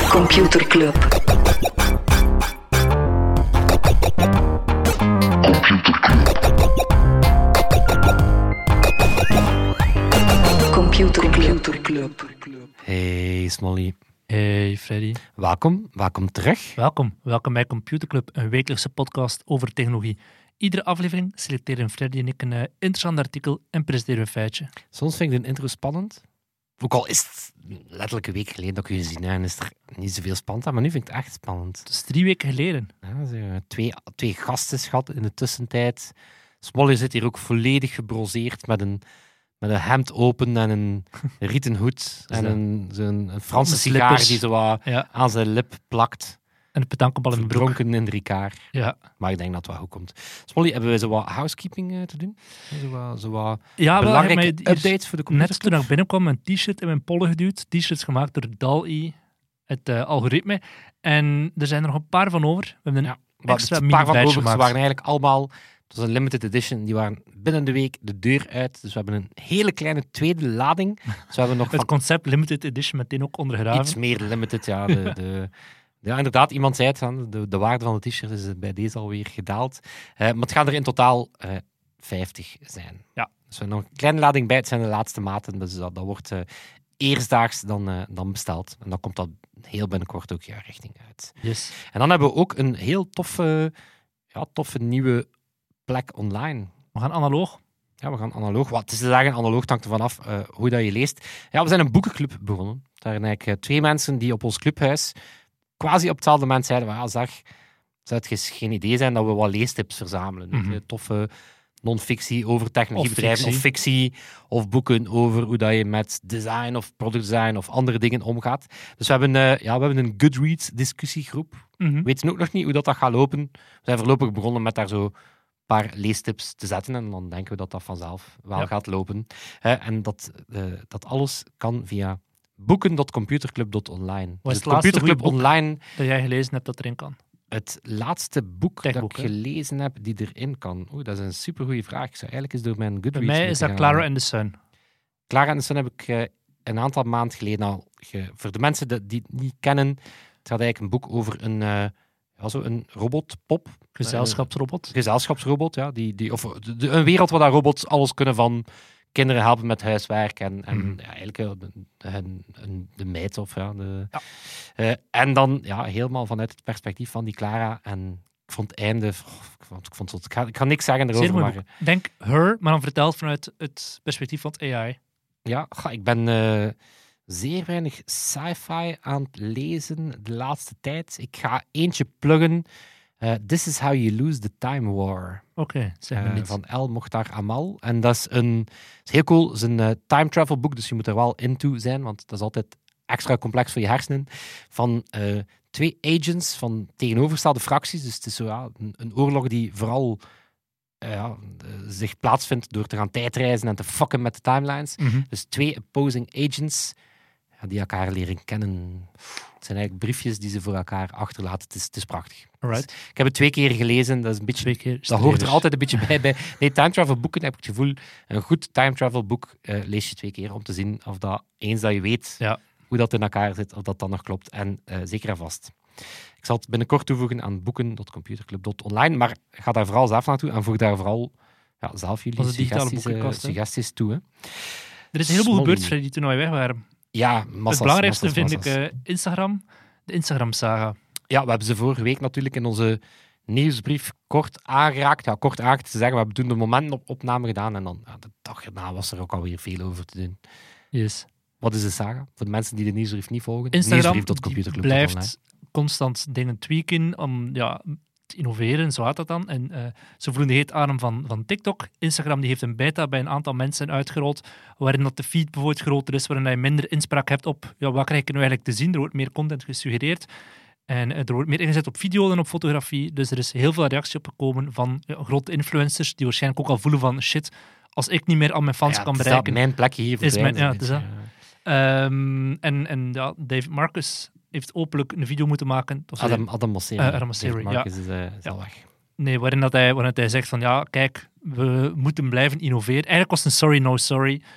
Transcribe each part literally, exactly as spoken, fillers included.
Computer Club. Computer Club. Club. Hey Smolly. Hey Freddy. Welkom, welkom terug. Welkom, welkom bij Computer Club, een wekelijkse podcast over technologie. Iedere aflevering selecteren Freddy en ik een uh, interessant artikel en presenteren een feitje. Soms vind ik de intro spannend. Ook al is het letterlijk een week geleden dat ik u gezien heb en is er niet zoveel spannend aan, maar nu vind ik het echt spannend. Het is drie weken geleden. Ja, ze hebben twee, twee gasten gehad in de tussentijd. Smolly zit hier ook volledig gebronzeerd met een, met een hemd open en een rieten hoed en een, zo'n, een Franse sigaar slippers. die zo wat Ja. aan zijn lip plakt. En de petankenbal in de broek. Verdronken in Ricard. Ja, Maar ik denk dat het wel goed komt. Smolly, hebben we zo wat housekeeping uh, te doen? Zo wat, zo wat ja wel, belangrijke hij heeft mij updates voor de net computer. toen ik binnenkwam een t-shirt in mijn pollen geduwd. T-shirts gemaakt door D A L I, het uh, algoritme. En er zijn er nog een paar van over. We hebben een Ja, maar extra een paar van mini-badge over, ze gemaakt. waren eigenlijk allemaal... Het was een limited edition. Die waren binnen de week de deur uit. Dus we hebben een hele kleine tweede lading. Dus we hebben nog Het van concept limited edition meteen ook ondergraven. iets meer limited. Ja, de, de, ja, inderdaad, iemand zei het. Hè, de, de waarde van de t-shirt is bij deze alweer gedaald. Uh, maar het gaan er in totaal uh, vijftig zijn. Ja. Dus we hebben nog een kleine lading bij. Het zijn de laatste maten. Dus dat, dat wordt uh, eerstdaags dan, uh, dan besteld. En dan komt dat heel binnenkort ook jouw richting uit. Yes. En dan hebben we ook een heel toffe, ja, toffe nieuwe plek online. We gaan analoog. Ja, we gaan analoog. Wat het is te zeggen, analoog hangt ervan af uh, hoe dat je leest. Ja, we zijn een boekenclub begonnen. Daar zijn eigenlijk uh, twee mensen die op ons clubhuis quasi op hetzelfde moment zeiden van, ja, zeg, zou het geen idee zijn dat we wat leestips verzamelen? Mm-hmm. Uh, toffe non-fictie over technologiebedrijven Of of fictie. Of boeken over hoe dat je met design of productdesign of andere dingen omgaat. Dus we hebben, uh, ja, we hebben een Goodreads discussiegroep. Mm-hmm. We weten ook nog niet hoe dat, dat gaat lopen. We zijn voorlopig begonnen met daar zo paar leestips te zetten en dan denken we dat dat vanzelf wel Ja. gaat lopen. Uh, en dat, uh, dat alles kan via boeken punt computerclub punt online. Wat is Dus het laatste Computerclub goeie boek Online, dat jij gelezen hebt dat erin kan. het laatste boek Techboek, dat ik hè? gelezen heb die erin kan. Oeh, dat is een supergoeie vraag. Ik zou eigenlijk eens door mijn Goodreads Bij mij is moeten dat gaan. Clara and the Sun. Clara and the Sun heb ik uh, een aantal maanden geleden al... Ge... Voor de mensen die, die het niet kennen, het gaat eigenlijk een boek over een, uh, ja, zo een robotpop. Gezelschapsrobot. gezelschapsrobot, ja, die, die, of de, de- een wereld waar dat robots alles kunnen van kinderen helpen met huiswerk en, en Mhm. ja, eigenlijk uh, de, de, de, de meid of ja. De, Ja. Eh, en dan ja, helemaal vanuit het perspectief van die Clara en ik vond het einde, oh, ik, vond, ik, vond het, ik, ga, ik ga niks zeggen Zeer erover, mooi maar boek. Denk Her, maar dan verteld vanuit het perspectief van het A I. ja, ga, ik ben uh, zeer weinig sci-fi aan het lezen de laatste tijd. Ik ga eentje pluggen. Uh, This is How You Lose the Time War. Oké, okay, zeg me Uh, niet. van El Mokhtar Amal. En dat is een is heel cool. Het is een uh, time travel boek, dus je moet er wel into zijn, want dat is altijd extra complex voor je hersenen. Van uh, twee agents van tegenovergestelde fracties. Dus het is zo, ja, een, een oorlog die vooral uh, ja, uh, zich plaatsvindt door te gaan tijdreizen en te fucken met de timelines. Mhm. Dus twee opposing agents ja, die elkaar leren kennen. Het zijn eigenlijk briefjes die ze voor elkaar achterlaten. Het is, het is prachtig. Alright. Ik heb het twee keer gelezen. Dat is een beetje Twee keer. dat hoort er streven. altijd een beetje bij. bij. Nee, time travel boeken heb ik het gevoel. Een goed time travel boek uh, lees je twee keer om te zien of dat eens dat je weet Ja. hoe dat in elkaar zit, of dat dan nog klopt. En uh, zeker en vast. Ik zal het binnenkort toevoegen aan boeken punt computerclub punt online, maar ga daar vooral zelf naartoe en voeg daar vooral ja, zelf jullie Onze digitale suggesties, uh, boekenkast, hè? suggesties toe. Hè. Er is een heleboel Smolly. gebeurd, Freddy, toen wij weg waren. Ja, massas, het belangrijkste massas, vind massas. ik uh, Instagram. De Instagram-saga. Ja, we hebben ze vorige week natuurlijk in onze nieuwsbrief kort aangeraakt. Ja, kort aangeraakt te zeggen, we hebben toen de momentopname gedaan en dan ja, de dag erna was er ook alweer veel over te doen. Yes. Wat is de saga? Voor de mensen die de nieuwsbrief niet volgen. Instagram Nieuwsbrief tot die computerclub punt online. blijft constant dingen tweaken om ja, te innoveren, zo gaat dat dan. En uh, ze voelen de heet adem van, van TikTok. Instagram die heeft een beta bij een aantal mensen uitgerold, waarin dat de feed bijvoorbeeld groter is, waarin je minder inspraak hebt op ja, wat krijg ik nu eigenlijk te zien. Er wordt meer content gesuggereerd. En uh, er wordt meer ingezet op video dan op fotografie. Dus er is heel veel reactie op gekomen van ja, grote influencers die waarschijnlijk ook al voelen van shit, als ik niet meer aan mijn fans Ja, kan het is bereiken. dat mijn plekje hier Is verdwijnt. mijn- ja, een het is beetje, Um, en en ja, David Marcus heeft openlijk een video moeten maken. Of ja. Adam, Adam Mosseri. Eh, Adam Mosseri, David Marcus is, uh, is Ja. al weg. Nee, waarin, dat hij, waarin hij zegt van ja, kijk, we moeten blijven innoveren. Eigenlijk was het een sorry, no sorry.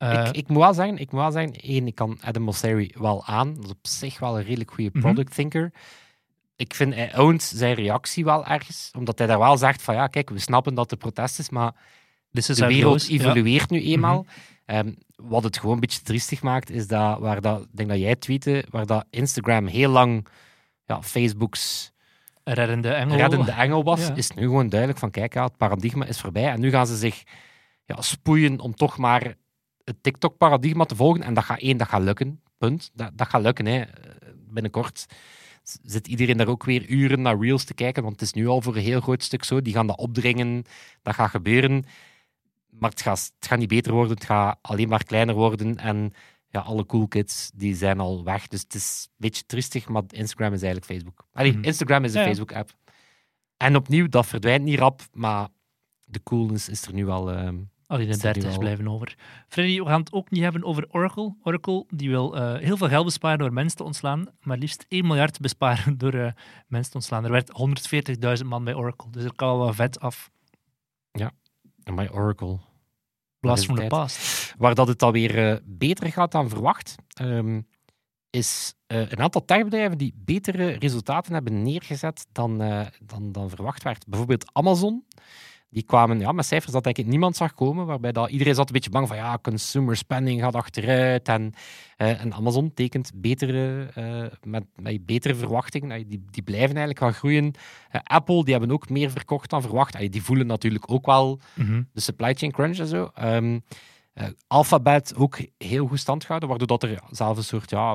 Uh, ik, ik moet wel zeggen, ik moet wel zeggen, één, ik kan Adam Mosseri wel aan. Dat is op zich wel een redelijk goede product mm-hmm. thinker. Ik vind, hij ownt zijn reactie wel ergens, omdat hij daar wel zegt van, ja, kijk, we snappen dat er protest is, maar is de wereld loos, evolueert ja. nu eenmaal. Mm-hmm. Um, wat het gewoon een beetje triestig maakt, is dat, waar dat, ik denk dat jij tweette, waar dat Instagram heel lang ja, Facebook's reddende engel, reddende engel was, ja. is nu gewoon duidelijk van, kijk, ja, het paradigma is voorbij. En nu gaan ze zich ja, spoeien om toch maar het TikTok-paradigma te volgen. En dat gaat één, dat gaat lukken. Punt. Dat, dat gaat lukken. Hè. Binnenkort zit iedereen daar ook weer uren naar Reels te kijken, want het is nu al voor een heel groot stuk zo. Die gaan dat opdringen. Dat gaat gebeuren. Maar het gaat, het gaat niet beter worden. Het gaat alleen maar kleiner worden. En ja, alle cool kids die zijn al weg. Dus het is een beetje triestig, maar Instagram is eigenlijk Facebook. Allee, mm. Instagram is een ja, Facebook-app. En opnieuw, dat verdwijnt niet rap, maar de coolness is er nu al... Um, Alleen de dertig blijven over. Freddy, we gaan het ook niet hebben over Oracle. Oracle die wil uh, heel veel geld besparen door mensen te ontslaan, maar liefst één miljard besparen door uh, mensen te ontslaan. Er werd honderdveertigduizend man bij Oracle, dus er kan wel wat vet af. Ja, en bij Oracle... Blast from the past. Waar dat het alweer uh, beter gaat dan verwacht, um, is uh, een aantal techbedrijven die betere resultaten hebben neergezet dan, uh, dan, dan verwacht werd. Bijvoorbeeld Amazon. Die kwamen ja, met cijfers dat denk ik niemand zag komen, waarbij dat iedereen zat een beetje bang van ja, consumer spending gaat achteruit. En, uh, en Amazon tekent betere, uh, met, met betere verwachtingen. Die, die blijven eigenlijk gaan groeien. Uh, Apple, die hebben ook meer verkocht dan verwacht. Uh, die voelen natuurlijk ook wel mm-hmm. de supply chain crunch en zo. Um, uh, Alphabet ook heel goed stand gehouden, waardoor dat er zelfs een soort ja,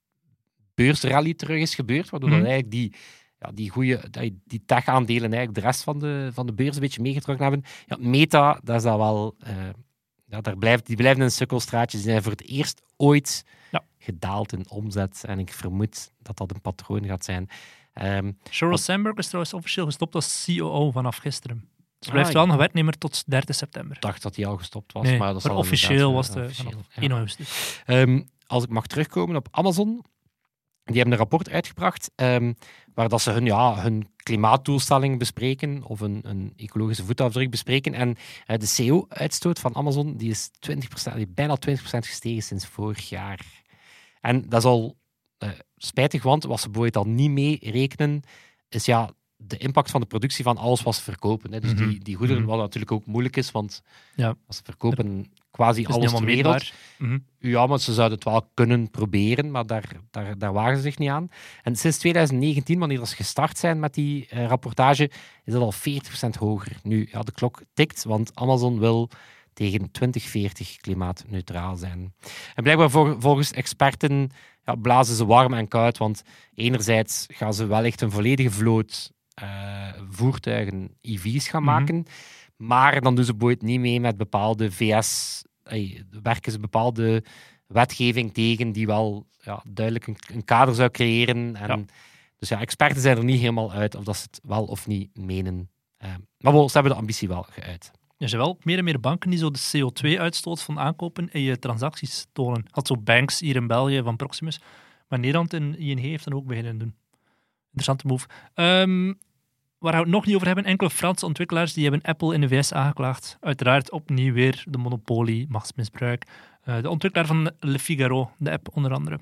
beursrally terug is gebeurd, waardoor mm-hmm. dat eigenlijk die... Ja, die goede, die tech-aandelen eigenlijk de rest van de, van de beurs een beetje meegetrokken hebben. Ja, Meta, dat is dat wel... Uh, ja, daar blijft, die blijven in sukkelstraatjes. Die zijn voor het eerst ooit ja. gedaald in omzet. En ik vermoed dat dat een patroon gaat zijn. Um, Sheryl wat... Sandberg is trouwens officieel gestopt als C O O vanaf gisteren. Ze blijft ah, wel nog werknemer tot dertig september. Ik dacht dat hij al gestopt was. Nee, maar dat maar officieel was het vanaf ja. één augustus. Um, als ik mag terugkomen op Amazon... Die hebben een rapport uitgebracht um, waar dat ze hun, ja, hun klimaatdoelstelling bespreken of een, een ecologische voetafdruk bespreken. En uh, de C O-uitstoot van Amazon die is twintig procent, die bijna twintig procent gestegen sinds vorig jaar. En dat is al uh, spijtig, want wat ze bijvoorbeeld al niet mee rekenen, is ja, de impact van de productie van alles wat ze verkopen. Hè. Dus mm-hmm. die, die goederen, wat natuurlijk ook moeilijk is, want ja. als ze verkopen... quasi alles ter wereld. Mm-hmm. Ja, maar ze zouden het wel kunnen proberen, maar daar, daar, daar wagen ze zich niet aan. En sinds twintig negentien, wanneer ze gestart zijn met die uh, rapportage, is dat al veertig procent hoger. Nu, ja, de klok tikt, want Amazon wil tegen twintig veertig klimaatneutraal zijn. En blijkbaar vol, volgens experten ja, blazen ze warm en koud, want enerzijds gaan ze wellicht een volledige vloot uh, voertuigen, E V's gaan mm-hmm. maken, maar dan doen ze bijvoorbeeld niet mee met bepaalde V S... Ey, werken ze bepaalde wetgeving tegen die wel ja, duidelijk een, een kader zou creëren. En, ja. Dus ja, experten zijn er niet helemaal uit of dat ze het wel of niet menen. Uh, maar wel, ze hebben de ambitie wel geuit. Er zijn wel meer en meer banken die zo de C O twee uitstoot van aankopen in je transacties tonen. Had zo Banks hier in België van Proximus. Maar Nederland en I N G heeft dan ook beginnen doen. Interessante move. Um, Waar we het nog niet over hebben, enkele Franse ontwikkelaars die hebben Apple in de V S aangeklaagd. Uiteraard opnieuw weer de monopolie, machtsmisbruik. Uh, de ontwikkelaar van Le Figaro, de app onder andere.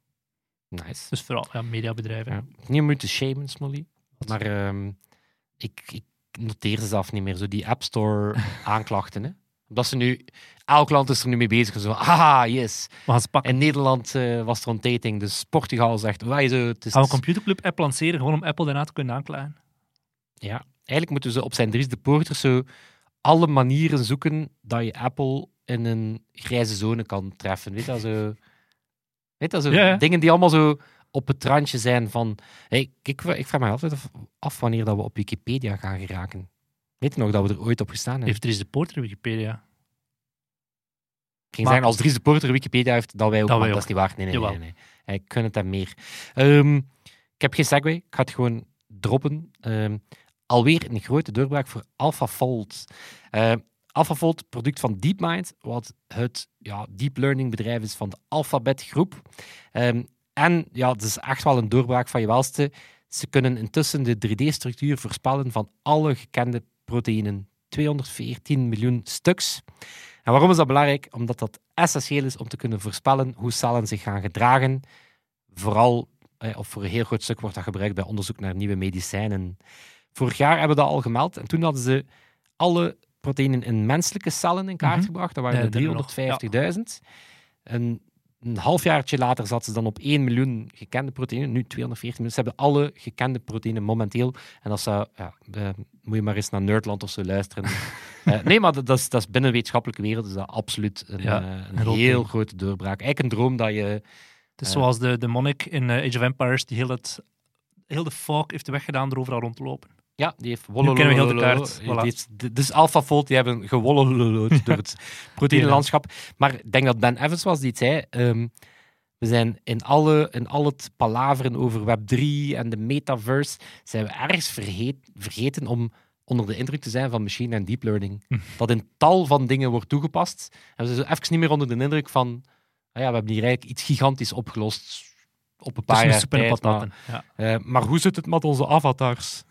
Nice. Dus vooral ja, mediabedrijven. Ja. Niet om u te shamen, Smolly, maar um, ik, ik noteer ze zelf niet meer. Zo die App Store aanklachten. Hè. Omdat ze nu... Elk land is er nu mee bezig. Zo, haha, yes. In Nederland uh, was er een dating, dus Portugal zegt... Wij zo, het is... Gaan we een computerclub-app lanceren, gewoon om Apple daarna te kunnen aanklagen? Ja, eigenlijk moeten ze op zijn Dries de Poorter zo alle manieren zoeken dat je Apple in een grijze zone kan treffen. Weet dat zo? Weet dat zo? Ja, ja. Dingen die allemaal zo op het randje zijn van... Hey, ik, ik vraag me altijd af wanneer dat we op Wikipedia gaan geraken. Weet je nog dat we er ooit op gestaan hebben? Heeft Dries de Poorter Wikipedia? Ik ging zeggen, als Dries de Poorter Wikipedia heeft, dat wij ook. Dat, wij ook. Dat is niet waar. Nee, nee, nee. nee, nee. Ik kan het hem meer. Um, ik heb geen segue. Ik ga het gewoon droppen. Um, Alweer een grote doorbraak voor AlphaFold. Uh, AlphaFold, product van DeepMind, wat het ja, deep learning bedrijf is van de Alphabet groep. Um, en ja, het is echt wel een doorbraak van je welste. Ze kunnen intussen de drie D-structuur voorspellen van alle gekende proteïnen. tweehonderdveertien miljoen stuks. En waarom is dat belangrijk? Omdat dat essentieel is om te kunnen voorspellen hoe cellen zich gaan gedragen. Vooral, eh, of voor een heel groot stuk wordt dat gebruikt bij onderzoek naar nieuwe medicijnen. Vorig jaar hebben we dat al gemeld. En toen hadden ze alle proteïnen in menselijke cellen in kaart Mhm. gebracht. Dat waren Ja, er dat hebben we nog, driehonderdvijftigduizend. En een halfjaartje later zat ze dan op één miljoen gekende proteïnen. Nu tweehonderdveertien miljoen. Ze hebben alle gekende proteïnen momenteel. En dat zou, ja, uh, moet je maar eens naar Nerdland of zo luisteren. uh, nee, maar dat, dat, is, dat is binnen de wetenschappelijke wereld is dat absoluut een, Ja, uh, een een groot heel ding. grote doorbraak. Eigenlijk een droom dat je... Het is Eh. zoals de, de monnik in eh, Age of Empires die heel, het, heel de fog heeft weggedaan door overal rond te lopen. Ja, die heeft kennen we heel de wololololo. kaart, Die voilà. heeft- de- Dus AlphaFold, die hebben gewolololood door het proteïnelandschap. Maar ik denk dat Ben Evans was die het zei. ehm, we zijn in, alle, in al het palaveren over web drie en de metaverse, zijn we ergens vergeet, vergeten om onder de indruk te zijn van machine en deep learning. Hm. Dat in tal van dingen wordt toegepast. En we zijn zo even niet meer onder de indruk van, ah ja, we hebben hier eigenlijk iets gigantisch opgelost op een paar Tussen de jaar soep en de tijd. Maar, pataten. Ja. eh, maar hoe zit het met onze avatars?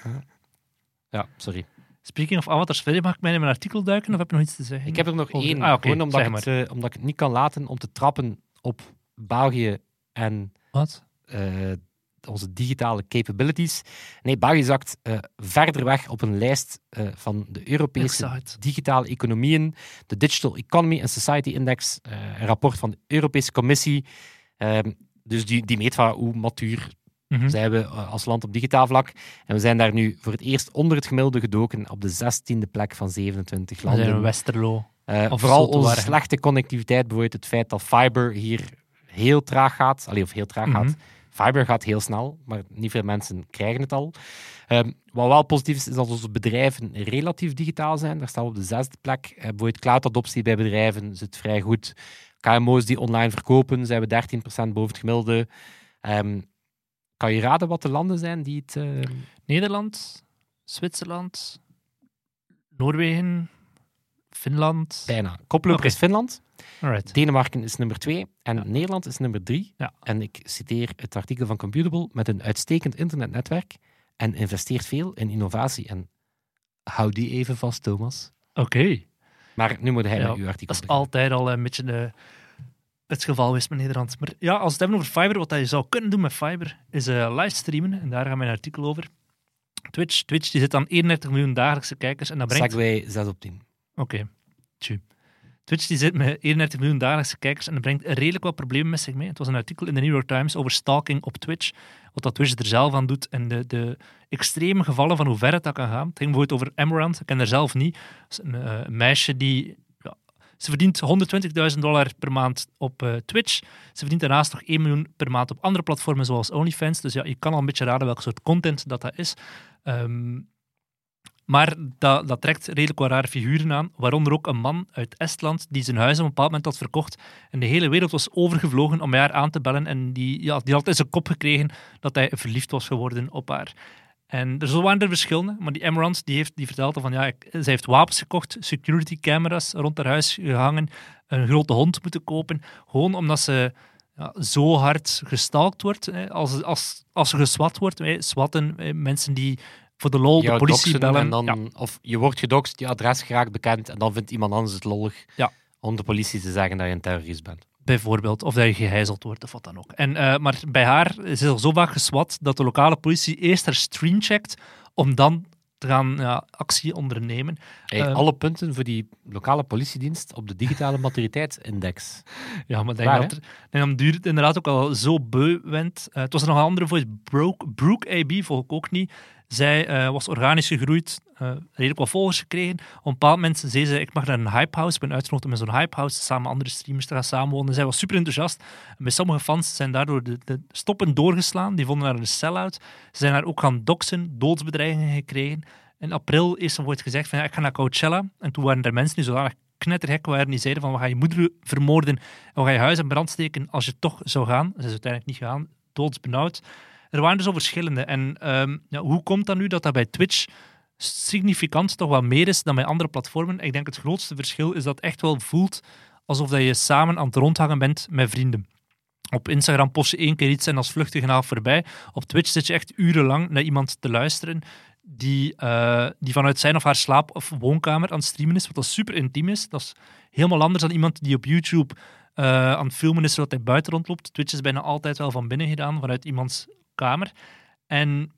Ja, sorry. Speaking of avatars, verder mag ik mij in mijn artikel duiken of heb je nog iets te zeggen? Ik heb er nog Over- één, Ah, oké, gewoon omdat zeg ik, het, eh, omdat ik het niet kan laten om te trappen op België en Wat? eh, onze digitale capabilities. Nee, België zakt eh, verder weg op een lijst eh, van de Ik Europese zag het. digitale economieën, de Digital Economy and Society Index, eh, een rapport van de Europese Commissie. Ehm, dus die, die meet van hoe matuur Mhm. zijn we eh, als land op digitaal vlak. En we zijn daar nu voor het eerst onder het gemiddelde gedoken op de zestiende plek van zevenentwintig We zijn landen. een Westerlo. Eh, Of vooral zotte onze waren. slechte connectiviteit, bijvoorbeeld het feit dat fiber hier heel traag gaat. Allee, of heel traag Mhm. gaat. Fiber gaat heel snel, maar niet veel mensen krijgen het al. Ehm, wat wel positief is, is dat onze bedrijven relatief digitaal zijn. Daar staan we op de zesde plek. Uh, bijvoorbeeld cloud-adoptie bij bedrijven zit vrij goed. K M O's die online verkopen, zijn we dertien procent boven het gemiddelde. Ehm, kan je raden wat de landen zijn die het... eh, Nederland, Zwitserland, Noorwegen, Finland. bijna. Koploper Oké. is Finland. Alright. Denemarken is nummer twee en Ja. Nederland is nummer drie. Ja. En ik citeer het artikel van Computable met een uitstekend internetnetwerk en investeert veel in innovatie. En hou die even vast, Thomas. Oké. Maar nu moet hij Ja, met uw artikel Dat is beginnen. altijd al een beetje de, het geval geweest met Nederland. Maar ja, als we het hebben over Fiber, wat je zou kunnen doen met Fiber, is uh, livestreamen. En daar gaat mijn artikel over. Twitch, Twitch die zit aan eenendertig miljoen dagelijkse kijkers. En dat brengt... Segway zes op tien. Oké, tju. Twitch die zit met eenendertig miljoen dagelijkse kijkers en dat brengt redelijk wat problemen met zich mee. Het was een artikel in de New York Times over stalking op Twitch, wat dat Twitch er zelf aan doet en de, de extreme gevallen van hoe ver het dat kan gaan. Het ging bijvoorbeeld over Amaranth, ik ken haar zelf niet. Dat is een, uh, een meisje die... Ja, ze verdient honderdtwintigduizend dollar per maand op uh, Twitch. Ze verdient daarnaast nog één miljoen per maand op andere platformen zoals OnlyFans. Dus ja, je kan al een beetje raden welk soort content dat dat is. Um, Maar dat, dat trekt redelijk wat rare figuren aan, waaronder ook een man uit Estland die zijn huis op een bepaald moment had verkocht en de hele wereld was overgevlogen om haar aan te bellen en die, ja, die had in zijn kop gekregen dat hij verliefd was geworden op haar. En er zo waren er verschillen, maar die Amaranth die heeft, die vertelde van ja, ik, zij heeft wapens gekocht, security cameras rond haar huis gehangen, een grote hond moeten kopen, gewoon omdat ze ja, zo hard gestalkt wordt, hè, als, als, als ze geswat wordt. Hè, swatten, hè, mensen die voor de lol Jou de politie doxen bellen. En dan, Ja. Of je wordt gedoxt, je adres geraakt bekend en dan vindt iemand anders het lollig Ja. om de politie te zeggen dat je een terrorist bent. Bijvoorbeeld, of dat je gegijzeld wordt of wat dan ook. En, uh, maar bij haar is ze al zo vaak geswat dat de lokale politie eerst haar stream checkt om dan te gaan ja, actie ondernemen. Hey, Uh, alle punten voor die lokale politiedienst op de digitale maturiteitsindex. Ja, maar ik denk Waar, dat, er, ik denk dat duurt het inderdaad ook al zo beu went. Uh, het was er nog een andere voice, Brooke, Brooke A B, volg ik ook niet. Zij uh, was organisch gegroeid, uh, redelijk wat volgers gekregen. Op een bepaald moment zei ze, ik mag naar een hypehouse. Ik ben uitgenodigd om in zo'n hypehouse samen met andere streamers te gaan samenwonen. Zij was super enthousiast. En bij sommige fans zijn daardoor de, de stoppen doorgeslaan. Die vonden haar een sell-out. Ze zijn haar ook gaan doxen, doodsbedreigingen gekregen. In april is er wordt gezegd van ja, ik ga naar Coachella. En toen waren er mensen die zodanig knettergek waren, die zeiden van we gaan je moeder vermoorden en we gaan je huis in brand steken als je toch zou gaan. Ze is uiteindelijk niet gegaan, doodsbenauwd. Er waren dus al verschillende. En um, ja, hoe komt dat nu dat dat bij Twitch significant toch wat meer is dan bij andere platformen? Ik denk het grootste verschil is dat het echt wel voelt alsof dat je samen aan het rondhangen bent met vrienden. Op Instagram post je één keer iets en als vluchtige naald voorbij. Op Twitch zit je echt urenlang naar iemand te luisteren die, uh, die vanuit zijn of haar slaap- of woonkamer aan het streamen is, wat dat super intiem is. Dat is helemaal anders dan iemand die op YouTube uh, aan het filmen is zodat hij buiten rondloopt. Twitch is bijna altijd wel van binnen gedaan, vanuit iemands kamer. En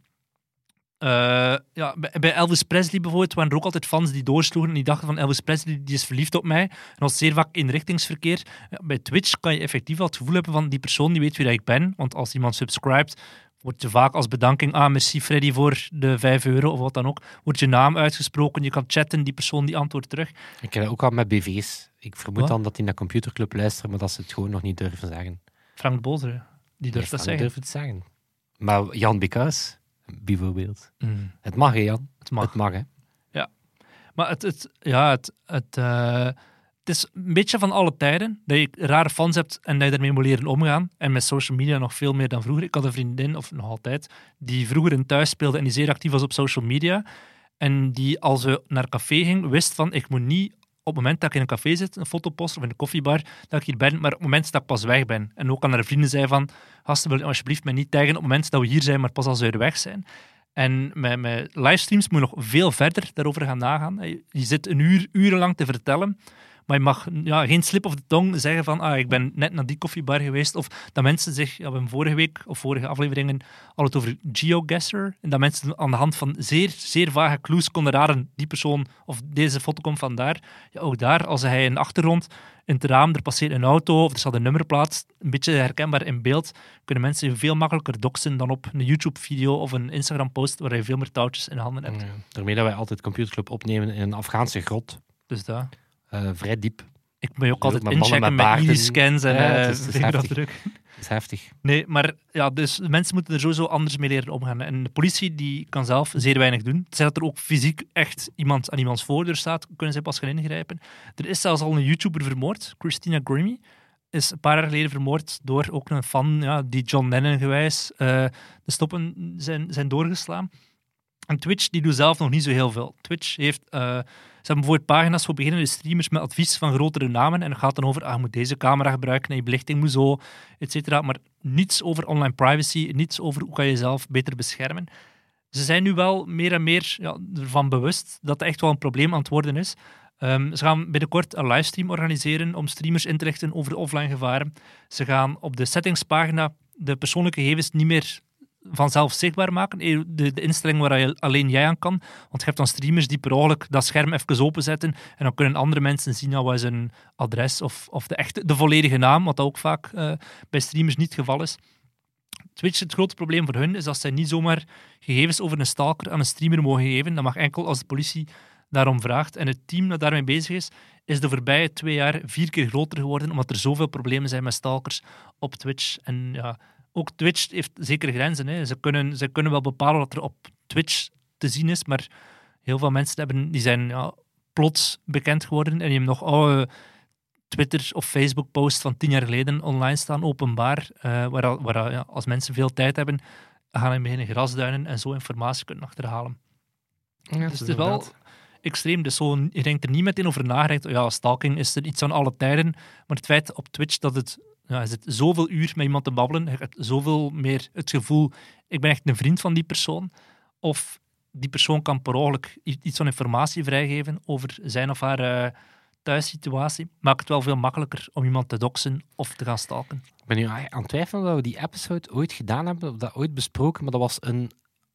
uh, ja, bij, bij Elvis Presley bijvoorbeeld waren er ook altijd fans die doorsloegen en die dachten van Elvis Presley die is verliefd op mij. En dat was zeer vaak inrichtingsverkeer. Ja, bij Twitch kan je effectief wel het gevoel hebben van die persoon die weet wie dat ik ben. Want als iemand subscribt, wordt je vaak als bedanking, ah, merci Freddy voor de vijf euro of wat dan ook, wordt je naam uitgesproken, je kan chatten, die persoon die antwoordt terug. Ik heb dat ook al met B V's. Ik vermoed Wat? dan dat die naar Computerclub luisteren, maar dat ze het gewoon nog niet durven zeggen. Frank Bozere, die durft dat Frank zeggen. durft het zeggen. Maar Jan Bikaus, bijvoorbeeld. Mm. Het mag, hè, Jan? Het mag. Het mag, hè? Ja. Maar het, het, ja, het, het, uh, het is een beetje van alle tijden dat je rare fans hebt en dat je daarmee moet leren omgaan. En met social media nog veel meer dan vroeger. Ik had een vriendin, of nog altijd, die vroeger in thuis speelde en die zeer actief was op social media. En die, als we naar café ging, wist van, ik moet niet op het moment dat ik in een café zit, een foto post of in een koffiebar, dat ik hier ben, maar op het moment dat ik pas weg ben. En ook aan haar vrienden zei van, gasten, wil je alsjeblieft mij niet taggen op het moment dat we hier zijn, maar pas als we er weg zijn. En met, met livestreams moet je nog veel verder daarover gaan nagaan. Je, je zit een uur, urenlang te vertellen, maar je mag ja, geen slip of de tong zeggen van ah, ik ben net naar die koffiebar geweest. Of dat mensen zich, ja, we hebben vorige week of vorige afleveringen al het over GeoGuessr. En dat mensen aan de hand van zeer, zeer vage clues konden raden die persoon of deze foto komt vandaar. Ja, ook daar, als hij in de achtergrond in het raam, er passeert een auto of er staat een nummerplaat, een beetje herkenbaar in beeld, kunnen mensen je veel makkelijker doxen dan op een YouTube-video of een Instagram-post waar je veel meer touwtjes in handen hebt. Ja. Daarmee dat wij altijd Computerclub opnemen in een Afghaanse grot. Dus dat. Uh, vrij diep. Ik moet je ook altijd met inchecken met, met iris-scans en ja, uh, het is, het is vingerafdruk. Dat is heftig. Nee, maar ja, dus mensen moeten er sowieso anders mee leren omgaan. En de politie die kan zelf zeer weinig doen. Tenzij dat er ook fysiek echt iemand aan iemands voordeur staat, kunnen zij pas gaan ingrijpen. Er is zelfs al een YouTuber vermoord, Christina Grimmie. Is een paar jaar geleden vermoord door ook een fan ja, die John Lennon gewijs uh, de stoppen zijn, zijn doorgeslaan. En Twitch die doet zelf nog niet zo heel veel. Twitch heeft... Uh, Ze hebben bijvoorbeeld pagina's voor beginnende streamers met advies van grotere namen. En dat gaat dan over, ah, je moet deze camera gebruiken en je belichting moet zo, et cetera. Maar niets over online privacy, niets over hoe kan je jezelf beter beschermen. Ze zijn nu wel meer en meer ja, ervan bewust dat het echt wel een probleem aan het worden is. Um, ze gaan binnenkort een livestream organiseren om streamers in te lichten over de offline gevaren. Ze gaan op de settingspagina de persoonlijke gegevens niet meer vanzelf zichtbaar maken. De, de instelling waar je alleen jij aan kan. Want je hebt dan streamers die per ongeluk dat scherm even openzetten en dan kunnen andere mensen zien nou, wat is een adres of, of de, echte, de volledige naam, wat dat ook vaak uh, bij streamers niet het geval is. Twitch, het grote probleem voor hun is dat zij niet zomaar gegevens over een stalker aan een streamer mogen geven. Dat mag enkel als de politie daarom vraagt. En het team dat daarmee bezig is, is de voorbije twee jaar vier keer groter geworden, omdat er zoveel problemen zijn met stalkers op Twitch. En ja, ook Twitch heeft zeker grenzen. Hè. Ze, kunnen, ze kunnen wel bepalen wat er op Twitch te zien is, maar heel veel mensen hebben, die zijn ja, plots bekend geworden en je hebt nog oude Twitter- of Facebook-posts van tien jaar geleden online staan, openbaar, uh, waar, waar ja, als mensen veel tijd hebben, gaan in beginnen grasduinen en zo informatie kunnen achterhalen. Ja, dus het is wel extreem. Dus zo, je denkt er niet meteen over nagedacht. Ja, stalking is er iets aan alle tijden, maar het feit op Twitch dat het ja, je zit zoveel uur met iemand te babbelen, je hebt zoveel meer het gevoel, ik ben echt een vriend van die persoon, of die persoon kan per ongeluk iets van informatie vrijgeven over zijn of haar uh, thuissituatie, maakt het wel veel makkelijker om iemand te doxen of te gaan stalken. Ik ben nu aan het twijfelen dat we die episode ooit gedaan hebben, of dat ooit besproken, maar dat was een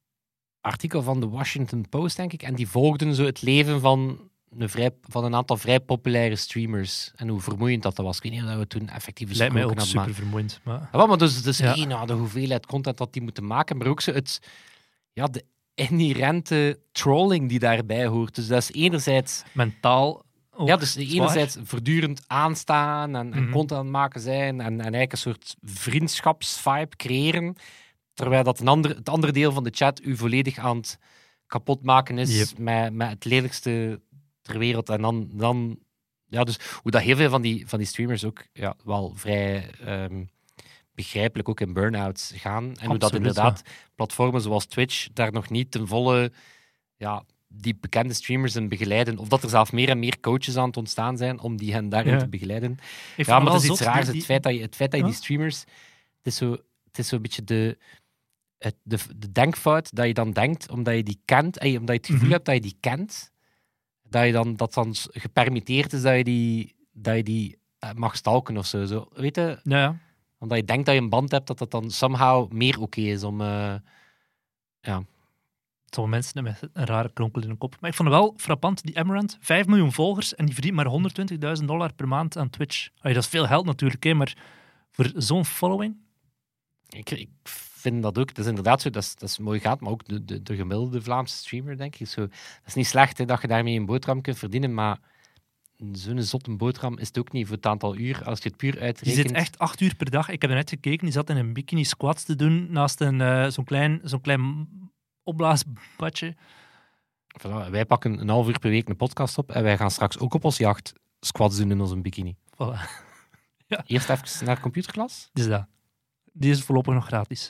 artikel van de Washington Post, denk ik, en die volgden zo het leven van een, vrij, van een aantal vrij populaire streamers. En hoe vermoeiend dat, dat was. Ik weet niet of we toen effectief lijkt mij ook hadden, super maar... vermoeiend. Maar, ja, maar dus, dus ja. één, nou, de hoeveelheid content dat die moeten maken, maar ook zo het, ja, de inherente trolling die daarbij hoort. Dus dat is enerzijds... Mentaal ook ja, dus zwaar. enerzijds voortdurend aanstaan en, en Mm-hmm. content aan het maken zijn en, en eigenlijk een soort vriendschapsvibe creëren, terwijl dat een ander, het andere deel van de chat u volledig aan het kapotmaken is Yep. met, met het lelijkste ter wereld. En dan, dan ja, dus hoe dat heel veel van die, van die streamers ook ja, wel vrij um, begrijpelijk ook in burn-outs gaan. En Absoluut, hoe dat inderdaad ja. platformen zoals Twitch daar nog niet ten volle ja, die bekende streamers in begeleiden. Of dat er zelfs meer en meer coaches aan het ontstaan zijn om die hen daarin Ja. te begeleiden. Ik Ja, vond maar wel het is iets zot, raars. die- Het feit dat je, het feit dat je Ja. die streamers... Het is zo, het is zo een beetje de... het, de, de denkfout dat je dan denkt, omdat je die kent, eh, omdat je het gevoel Mhm. hebt dat je die kent, dat je dan, dat dan s- gepermitteerd is dat je die, dat je die eh, mag stalken of zo. zo. Weet je, Ja, ja. omdat je denkt dat je een band hebt, dat dat dan somehow meer oké is om... eh, ja. Sommige mensen hebben echt een rare kronkel in hun kop. Maar ik vond het wel frappant, die Amaranth, vijf miljoen volgers en die verdient maar honderdtwintigduizend dollar per maand aan Twitch. Allee, dat is veel geld natuurlijk, hè, maar voor zo'n following... Ik, ik vind dat ook. Dat is inderdaad zo, dat is, dat is mooi gaat, maar ook de, de, de gemiddelde Vlaamse streamer, denk ik. Zo, dat is niet slecht hè, dat je daarmee een boterham kunt verdienen, maar zo'n zotte boterham is het ook niet voor het aantal uur. Als je het puur Die uitrekent... zit echt acht uur per dag. Ik heb er net gekeken, die zat in een bikini squats te doen naast een, eh, zo'n klein, zo'n klein opblaasbadje. Voilà, wij pakken een half uur per week een podcast op en wij gaan straks ook op ons jacht squats doen in onze bikini. Voilà. Eerst even naar computerklas. Dus dat. Die is voorlopig nog gratis.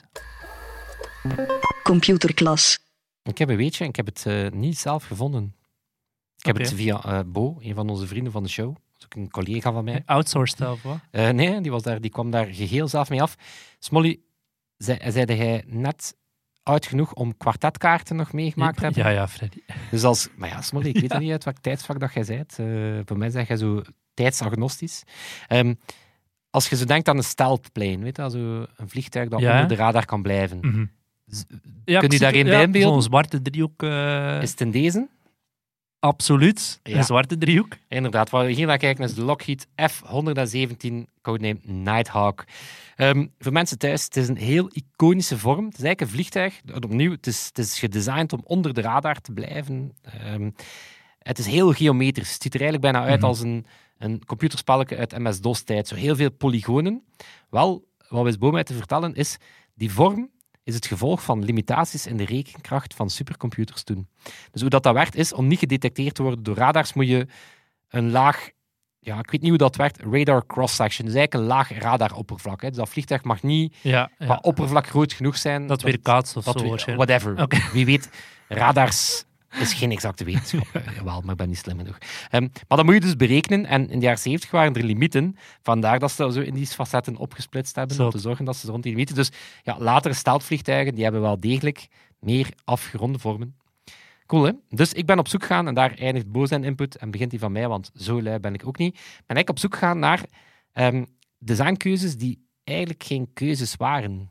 Computerklas. Ik heb een weetje en ik heb het eh, niet zelf gevonden. Ik heb Oké. het via eh, Bo, een van onze vrienden van de show. Dat is ook een collega van mij. Outsourced of wat? Eh, nee, die, was daar, die kwam daar geheel zelf mee af. Smolly, zei, zeide jij net oud genoeg om kwartetkaarten nog meegemaakt te hebben? Ja, ja, Freddy. Dus als... Maar ja, Smolly, ik weet er niet uit welk tijdsvak dat jij bent. Uh, voor mij zeg jij zo tijdsagnostisch. Ehm, als je zo denkt aan een stealthplane, weet je, zo een vliegtuig dat Ja. onder de radar kan blijven. Mhm. Z- Ja, Kun je ik daar zie- een ja, bij inbeelden? Zo'n zwarte driehoek. eh, Is het in deze? Absoluut. Ja. Een zwarte driehoek. Inderdaad, waar we hier naar kijken is de Lockheed F honderdzeventien, codename Nighthawk. Ehm, voor mensen thuis, het is een heel iconische vorm. Het is eigenlijk een vliegtuig. Opnieuw, het is, het is gedesigned om onder de radar te blijven. Ehm, het is heel geometrisch. Het ziet er eigenlijk bijna uit Mhm. als een, een computerspelletje uit M S-DOS-tijd. Zo heel veel polygonen. Wel, wat we boven te vertellen is, die vorm is het gevolg van limitaties in de rekenkracht van supercomputers toen. Dus hoe dat, dat werkt, is om niet gedetecteerd te worden door radars, moet je een laag, ja, ik weet niet hoe dat werkt, radar cross-section. Dus eigenlijk een laag radaroppervlak. Hè. Dus dat vliegtuig mag niet Ja, qua ja. oppervlak groot genoeg zijn. Dat weer kaatst of dat zo we- waarschijnlijk. Whatever. Oké. Wie weet, radars is geen exacte wetenschap. Eh, Jawel, maar ik ben niet slim genoeg. Ehm, maar dat moet je dus berekenen. En in de jaren zeventig waren er limieten. Vandaar dat ze dat zo in die facetten opgesplitst hebben. Zo. Om te zorgen dat ze rond die limieten... Dus ja, latere stealthvliegtuigen, die hebben wel degelijk meer afgeronde vormen. Cool, hè? Dus ik ben op zoek gegaan, en daar eindigt Bo zijn input en begint die van mij, want zo lui ben ik ook niet. Ben ik op zoek gegaan naar ehm, designkeuzes die eigenlijk geen keuzes waren.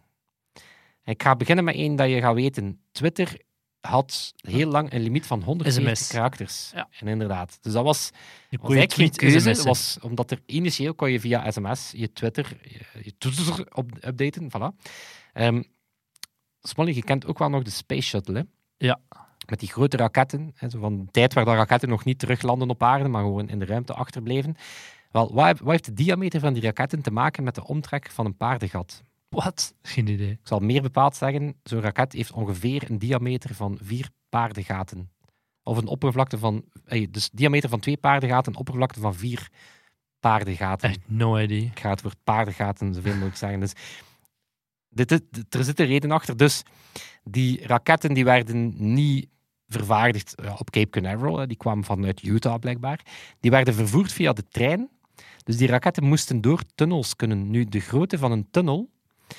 Ik ga beginnen met één dat je gaat weten. Twitter had heel lang een limiet van honderdveertig S M S. karakters. Ja. En inderdaad. Dus dat was, Je was kon je eigenlijk geen tweet keuze, sms'en. was, omdat er initieel kon je via sms je Twitter, je, je Twitter op, updaten. Voilà. Ehm Smolly, je kent ook wel nog de Space Shuttle, hè? Ja. Met die grote raketten, hè, zo van de tijd waar de raketten nog niet teruglanden op aarde, maar gewoon in de ruimte achterbleven. Wel, wat, heb- wat heeft de diameter van die raketten te maken met de omtrek van een paardengat? Wat? Geen idee. Ik zal meer bepaald zeggen, zo'n raket heeft ongeveer een diameter van vier paardengaten. Of een oppervlakte van... eh, Dus diameter van twee paardengaten, een oppervlakte van vier paardengaten. Echt no idea. Ik ga het woord paardengaten zoveel mogelijk zeggen. Dus dit, is- dit- er zit een reden achter. Dus die raketten die werden niet vervaardigd ja, op Cape Canaveral. Hè. Die kwamen vanuit Utah blijkbaar. Die werden vervoerd via de trein. Dus die raketten moesten door tunnels kunnen. Nu, de grootte van een tunnel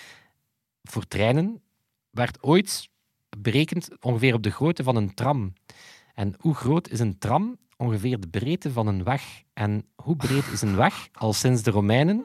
voor treinen werd ooit berekend ongeveer op de grootte van een tram. En hoe groot is een tram? Ongeveer de breedte van een weg. En hoe breed is een weg? Al sinds de Romeinen.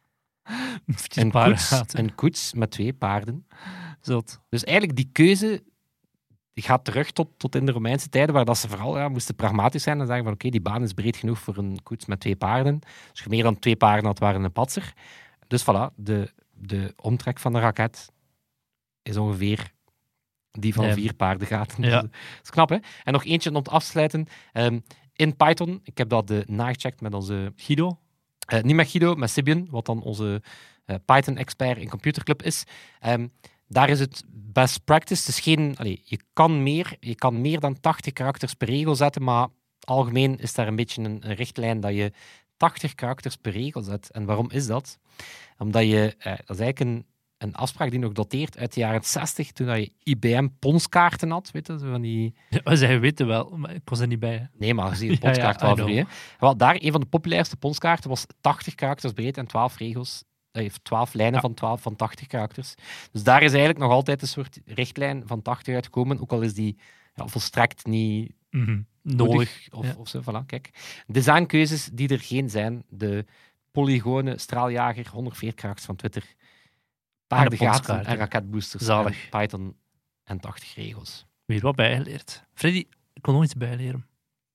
Een koets, een koets met twee paarden. Zot. Dus eigenlijk die keuze die gaat terug tot, tot in de Romeinse tijden, waar dat ze vooral ja, moesten pragmatisch zijn en zeggen van oké, die baan is breed genoeg voor een koets met twee paarden. Als je meer dan twee paarden had, waren een patser. Dus voilà, de, de omtrek van de raket is ongeveer die van Ja. vier paardengaten. Ja. Dat is knap, hè? En nog eentje om te afsluiten. Ehm, in Python, ik heb dat uh, nagecheckt met onze Guido? Uh, niet met Guido, met Sibian, wat dan onze uh, Python-expert in Computerclub is. Um, daar is het best practice. Het is geen, allee, je, kan meer, je kan meer dan tachtig karakters per regel zetten, maar algemeen is daar een beetje een, een richtlijn dat je tachtig karakters per regel zet. En waarom is dat? Omdat je, uh, dat is eigenlijk een, een afspraak die nog dateert uit de jaren zestig, toen dat je I B M-ponskaarten had. Weet je, zo van die... Ja, zij weten wel, maar ik was er niet bij. Hè. Nee, maar je ziet Ja, een ponskaart ja, wel I voor know. je. Wel, daar, een van de populairste ponskaarten was tachtig karakters breed en twaalf regels. Dat heeft twaalf lijnen Ja. van, twaalf, van tachtig karakters. Dus daar is eigenlijk nog altijd een soort richtlijn van tachtig uitgekomen, ook al is die ja, volstrekt niet Mhm. nodig. Nodig. Of, Ja. of zo, voilà, kijk. Designkeuzes die er geen zijn. De polygone straaljager, honderdveertig karakters van Twitter. Paardengaten ponskaart, en hè. raketboosters. Zalig. En Python en tachtig regels. Weer wat bijgeleerd. Freddy, ik kon nog iets bijleren.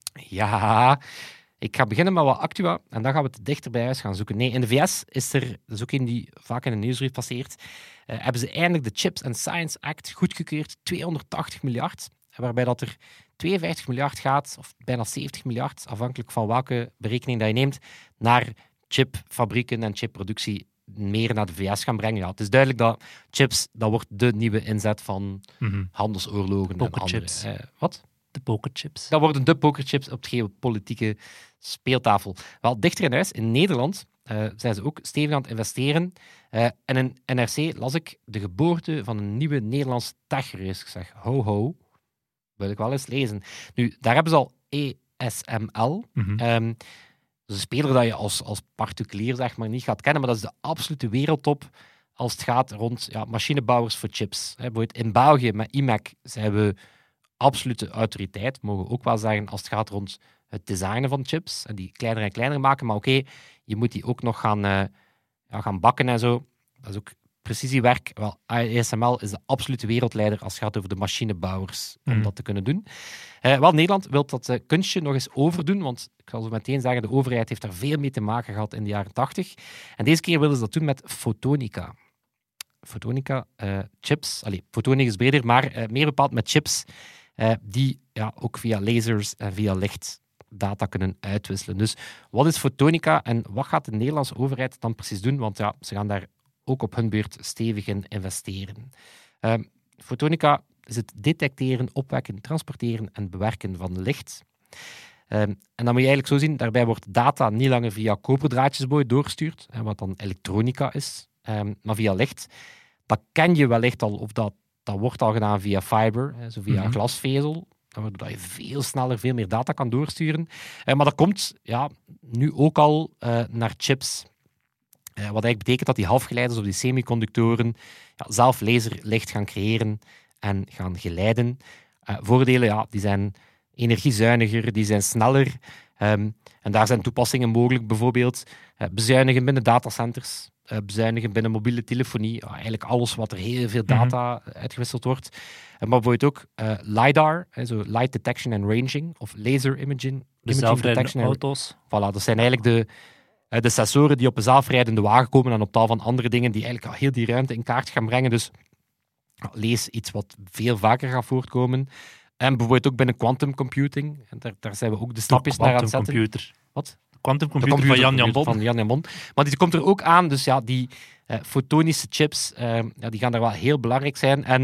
Ja, ik ga beginnen met wat Actua en dan gaan we het dichter bij huis gaan zoeken. Nee, in de V S is er, dat is ook een die vaak in de nieuwsbrief passeert, uh, hebben ze eindelijk de Chips and Science Act goedgekeurd, tweehonderdtachtig miljard, waarbij dat er tweeënvijftig miljard gaat, of bijna zeventig miljard, afhankelijk van welke berekening dat je neemt, naar chipfabrieken en chipproductie meer naar de V S gaan brengen. Ja, het is duidelijk dat chips, dat wordt de nieuwe inzet van Mhm. handelsoorlogen en andere. Pokerchips. Uh, wat? De pokerchips. Dat worden de pokerchips op de geopolitieke speeltafel. Wel, dichter in huis, in Nederland, uh, zijn ze ook stevig aan het investeren. Uh, en in N R C las ik de geboorte van een nieuwe Nederlandse techreus. Ik zeg, ho ho, wil ik wel eens lezen. Nu, daar hebben ze al E S M L. Mhm. Um, dat is een speler dat je als, als particulier zeg maar, niet gaat kennen, maar dat is de absolute wereldtop als het gaat rond ja, machinebouwers voor chips. He, bijvoorbeeld in België met I M E C zijn we absolute autoriteit, mogen we ook wel zeggen, als het gaat rond het designen van chips en die kleiner en kleiner maken. Maar oké, okay, je moet die ook nog gaan, uh, ja, gaan bakken en zo. Dat is ook precisiewerk. Wel, A S M L is de absolute wereldleider als het gaat over de machinebouwers om Mm. dat te kunnen doen. Uh, wel, Nederland wil dat uh, kunstje nog eens overdoen, want ik zal zo meteen zeggen, de overheid heeft daar veel mee te maken gehad in de jaren tachtig. En deze keer willen ze dat doen met fotonica. Fotonica, uh, chips. Allee, fotonica is breder, maar uh, meer bepaald met chips uh, die ja, ook via lasers en via licht data kunnen uitwisselen. Dus wat is fotonica en wat gaat de Nederlandse overheid dan precies doen? Want ja, ze gaan daar ook op hun beurt stevig in investeren. Uh, fotonica is het detecteren, opwekken, transporteren en bewerken van licht. Um, en dan moet je eigenlijk zo zien, daarbij wordt data niet langer via koperdraadjes doorgestuurd, hè, wat dan elektronica is, um, maar via licht. Dat ken je wellicht al, of dat, dat wordt al gedaan via fiber, hè, zo via Mm-hmm. glasvezel, waardoor je veel sneller, veel meer data kan doorsturen. Uh, maar dat komt ja, nu ook al uh, naar chips. Uh, wat eigenlijk betekent dat die halfgeleiders of die semiconductoren ja, zelf laserlicht gaan creëren en gaan geleiden. Uh, voordelen, ja, die zijn energiezuiniger, die zijn sneller. Um, en daar zijn toepassingen mogelijk, bijvoorbeeld uh, bezuinigen binnen datacenters, uh, bezuinigen binnen mobiele telefonie, uh, eigenlijk alles wat er heel veel data mm-hmm. uitgewisseld wordt. Uh, maar bijvoorbeeld ook uh, LiDAR, uh, zo Light Detection and Ranging, of Laser Imaging. De zelfrijdende auto's. Voilà, dat zijn eigenlijk de, uh, de sensoren die op een zelfrijdende wagen komen en op tal van andere dingen die eigenlijk al heel die ruimte in kaart gaan brengen. Dus uh, lees iets wat veel vaker gaat voortkomen. En bijvoorbeeld ook binnen quantum computing. En daar, daar zijn we ook de stapjes naar aan het zetten. Computer. Wat? Quantum computer, computer van Jan Jan Bon. Van Jan Jan Bon. Maar die komt er ook aan. Dus ja, die uh, fotonische chips, uh, ja, die gaan daar wel heel belangrijk zijn. En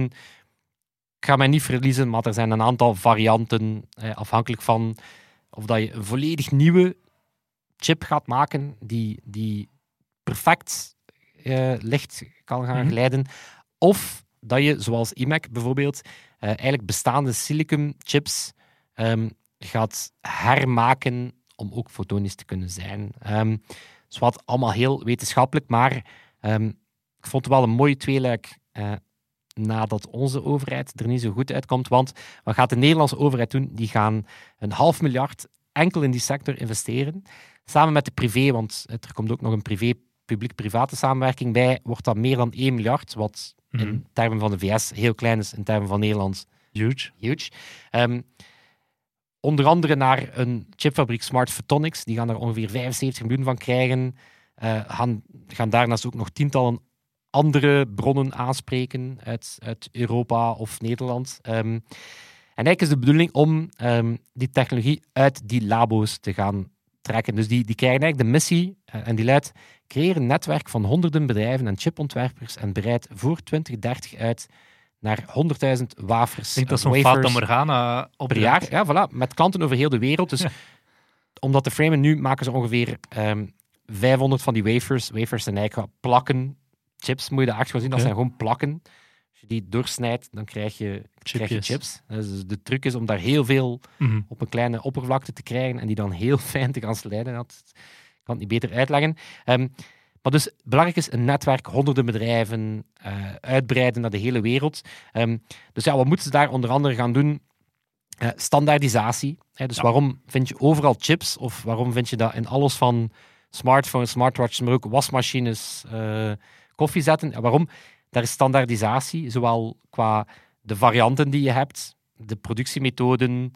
ik ga mij niet verliezen, maar er zijn een aantal varianten, uh, afhankelijk van of dat je een volledig nieuwe chip gaat maken, die, die perfect uh, licht kan gaan mm-hmm. geleiden. Of dat je, zoals I M E C bijvoorbeeld, Uh, eigenlijk bestaande silicon chips um, gaat hermaken om ook fotonisch te kunnen zijn. Um, dus wat allemaal heel wetenschappelijk, maar um, ik vond het wel een mooi tweeluik uh, nadat onze overheid er niet zo goed uitkomt. Want wat gaat de Nederlandse overheid doen? Die gaan een half miljard enkel in die sector investeren. Samen met de privé, want er komt ook nog een privé, publiek-private samenwerking bij, wordt dat meer dan één miljard, wat in termen van de V S heel klein is, in termen van Nederland huge. huge. Um, onder andere naar een chipfabriek Smart Photonics, die gaan er ongeveer vijfenzeventig miljoen van krijgen. Uh, gaan, gaan daarnaast ook nog tientallen andere bronnen aanspreken uit, uit Europa of Nederland. Um, en eigenlijk is de bedoeling om um, die technologie uit die labo's te gaan trekken. Dus die, die krijgen eigenlijk de missie, uh, en die luidt: creëer een netwerk van honderden bedrijven en chipontwerpers en breid voor twintig dertig uit naar honderdduizend wafers. Ik denk dat zo'n Fata Morgana op per jaar. Ja, voilà, met klanten over heel de wereld. Dus ja. Om dat te framen, nu maken ze ongeveer um, vijfhonderd van die wafers. Wafers zijn eigenlijk plakken. Chips moet je daar echt gewoon zien, dat okay. zijn gewoon plakken. Als je die doorsnijdt, dan krijg je, krijg je chips. Dus de truc is om daar heel veel mm-hmm. op een kleine oppervlakte te krijgen en die dan heel fijn te gaan slijden. Dat kan het niet beter uitleggen. Um, Maar dus belangrijk is een netwerk, honderden bedrijven, uh, uitbreiden naar de hele wereld. Um, dus ja, wat moeten ze daar onder andere gaan doen? Uh, standaardisatie. Hè? Dus ja. waarom vind je overal chips? Of waarom vind je dat in alles van smartphones, smartwatches, maar ook wasmachines, uh, koffiezetten? Ja, waarom? Daar is standaardisatie, zowel qua de varianten die je hebt, de productiemethoden,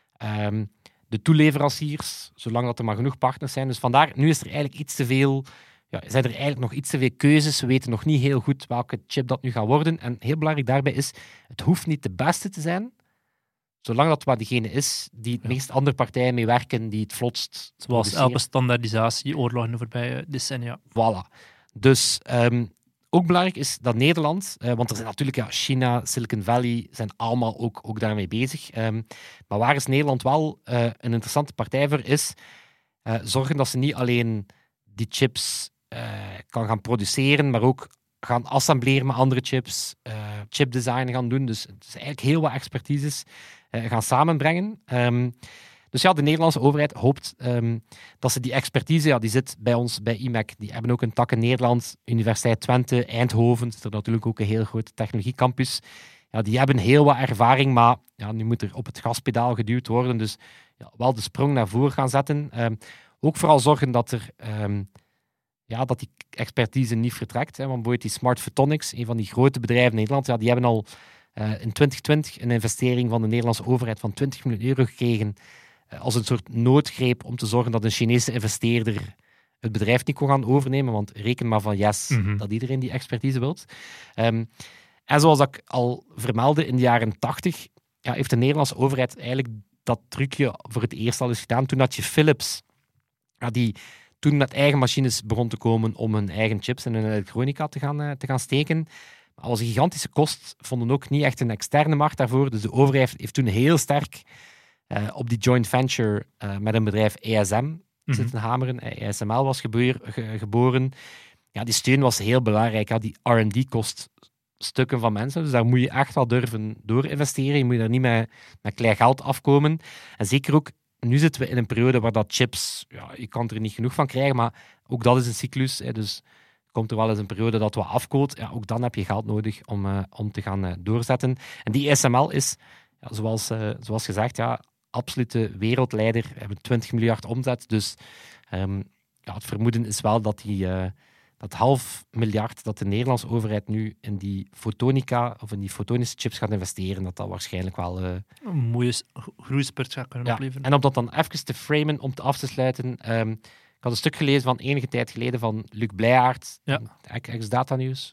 um, de toeleveranciers, zolang dat er maar genoeg partners zijn. Dus vandaar, nu is er eigenlijk iets te veel... Ja, zijn er eigenlijk nog iets te veel keuzes. We weten nog niet heel goed welke chip dat nu gaat worden. En heel belangrijk daarbij is, het hoeft niet de beste te zijn, zolang dat maar degene is die het ja. meest andere partijen mee werken, die het vlotst. Zoals elke standaardisatie, oorlog in de voorbije decennia. Voilà. Dus um, ook belangrijk is dat Nederland, uh, want er zijn natuurlijk ja, China, Silicon Valley, zijn allemaal ook, ook daarmee bezig. Um, maar waar is Nederland wel uh, een interessante partij voor is, uh, zorgen dat ze niet alleen die chips uh, kan gaan produceren, maar ook gaan assembleren met andere chips, uh, chipdesign gaan doen. Dus het is eigenlijk heel wat expertises uh, gaan samenbrengen. Um, dus ja, de Nederlandse overheid hoopt um, dat ze die expertise, ja, die zit bij ons bij I M E C, die hebben ook een tak in Nederland, Universiteit Twente, Eindhoven, is er natuurlijk ook een heel grote technologiecampus. Ja, die hebben heel wat ervaring, maar ja, nu moet er op het gaspedaal geduwd worden, dus ja, wel de sprong naar voren gaan zetten. Um, ook vooral zorgen dat er... Um, Ja, dat die expertise niet vertrekt. Hè. Want bijvoorbeeld die Smart Photonics, een van die grote bedrijven in Nederland, ja, die hebben al uh, in twintig twintig een investering van de Nederlandse overheid van twintig miljoen euro gekregen uh, als een soort noodgreep om te zorgen dat een Chinese investeerder het bedrijf niet kon gaan overnemen. Want reken maar van yes, mm-hmm. dat iedereen die expertise wilt. Um, en zoals ik al vermeldde, in de jaren tachtig ja, heeft de Nederlandse overheid eigenlijk dat trucje voor het eerst al eens gedaan. Toen had je Philips, ja, die... toen met eigen machines begon te komen om hun eigen chips en hun elektronica te gaan, uh, te gaan steken. Maar dat was een gigantische kost, vonden ook niet echt een externe markt daarvoor. Dus de overheid heeft toen heel sterk uh, op die joint venture uh, met een bedrijf E S M mm-hmm. zitten hameren. E S M L was gebeur, ge, geboren. Ja, die steun was heel belangrijk. Ja. Die R en D kost stukken van mensen, dus daar moet je echt wel durven door investeren. Je moet daar niet met, met klein geld afkomen. En zeker ook nu zitten we in een periode waar dat chips, ja, je kan er niet genoeg van krijgen, maar ook dat is een cyclus. Hè, dus komt er wel eens een periode dat wat afkoelt. Ja, ook dan heb je geld nodig om, uh, om te gaan uh, doorzetten. En die E S M L is, ja, zoals, uh, zoals gezegd, ja, absolute wereldleider. We hebben twintig miljard omzet. Dus um, ja, het vermoeden is wel dat die, uh, dat half miljard dat de Nederlandse overheid nu in die fotonica of in die fotonische chips gaat investeren, dat dat waarschijnlijk wel... Uh, een mooie groeispurt gaat kunnen ja, opleveren. En om dat dan even te framen, om te af te sluiten... Um, ik had een stuk gelezen van enige tijd geleden van Luc Blijhaert, ja. ex-Data News.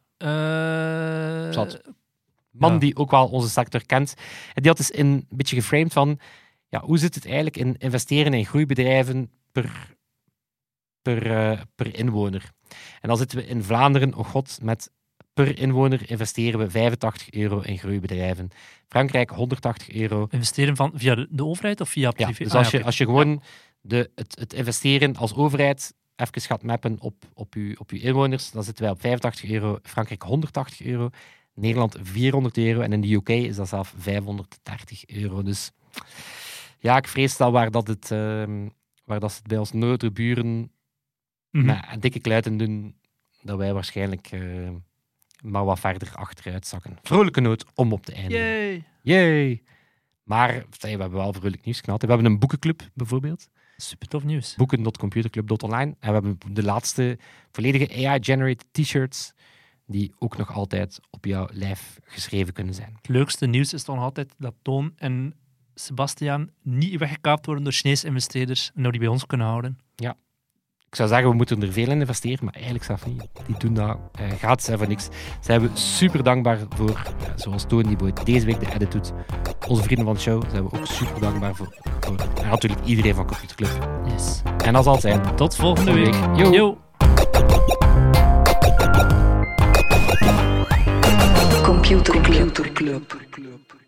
Uh, Zat. Man ja. die ook wel onze sector kent. En die had dus in, een beetje geframed van, ja, hoe zit het eigenlijk in investeren in groeibedrijven per, per, uh, per inwoner? En dan zitten we in Vlaanderen, oh god, met per inwoner investeren we vijfentachtig euro in groeibedrijven. Frankrijk honderdtachtig euro. Investeren van, via de, de overheid of via privé? Ja, dus als, ah, je, ja, als je gewoon de, het, het investeren als overheid even gaat mappen op, op, uw, op uw inwoners, dan zitten wij op vijfentachtig euro, Frankrijk honderdtachtig euro, Nederland vierhonderd euro en in de U K is dat zelf vijfhonderddertig euro. Dus ja, ik vrees dat waar dat het, uh, waar dat het bij ons noordere buren mm-hmm. met dikke kluiten doen, dat wij waarschijnlijk uh, maar wat verder achteruit zakken. Vrolijke noot om op te eindigen. Yay! Yay! Maar we hebben wel vrolijk nieuws gehad. We hebben een boekenclub bijvoorbeeld. Super tof nieuws. boeken punt computerclub punt online. En we hebben de laatste volledige A I-generated t-shirts die ook nog altijd op jouw lijf geschreven kunnen zijn. Het leukste nieuws is toch nog altijd dat Toon en Sebastiaan niet weggekaapt worden door Chinese investeerders en dat die bij ons kunnen houden. Ja. Ik zou zeggen, we moeten er veel in investeren, maar eigenlijk zelf niet. Die doen dat uh, gratis en voor niks. Zijn we super dankbaar voor, uh, zoals Toon die deze week de edit doet. Onze vrienden van de show zijn we ook super dankbaar voor. voor en natuurlijk iedereen van Computerclub. Yes. En dat zal het zijn. Tot volgende week. week. Yo. Yo. Computerclub.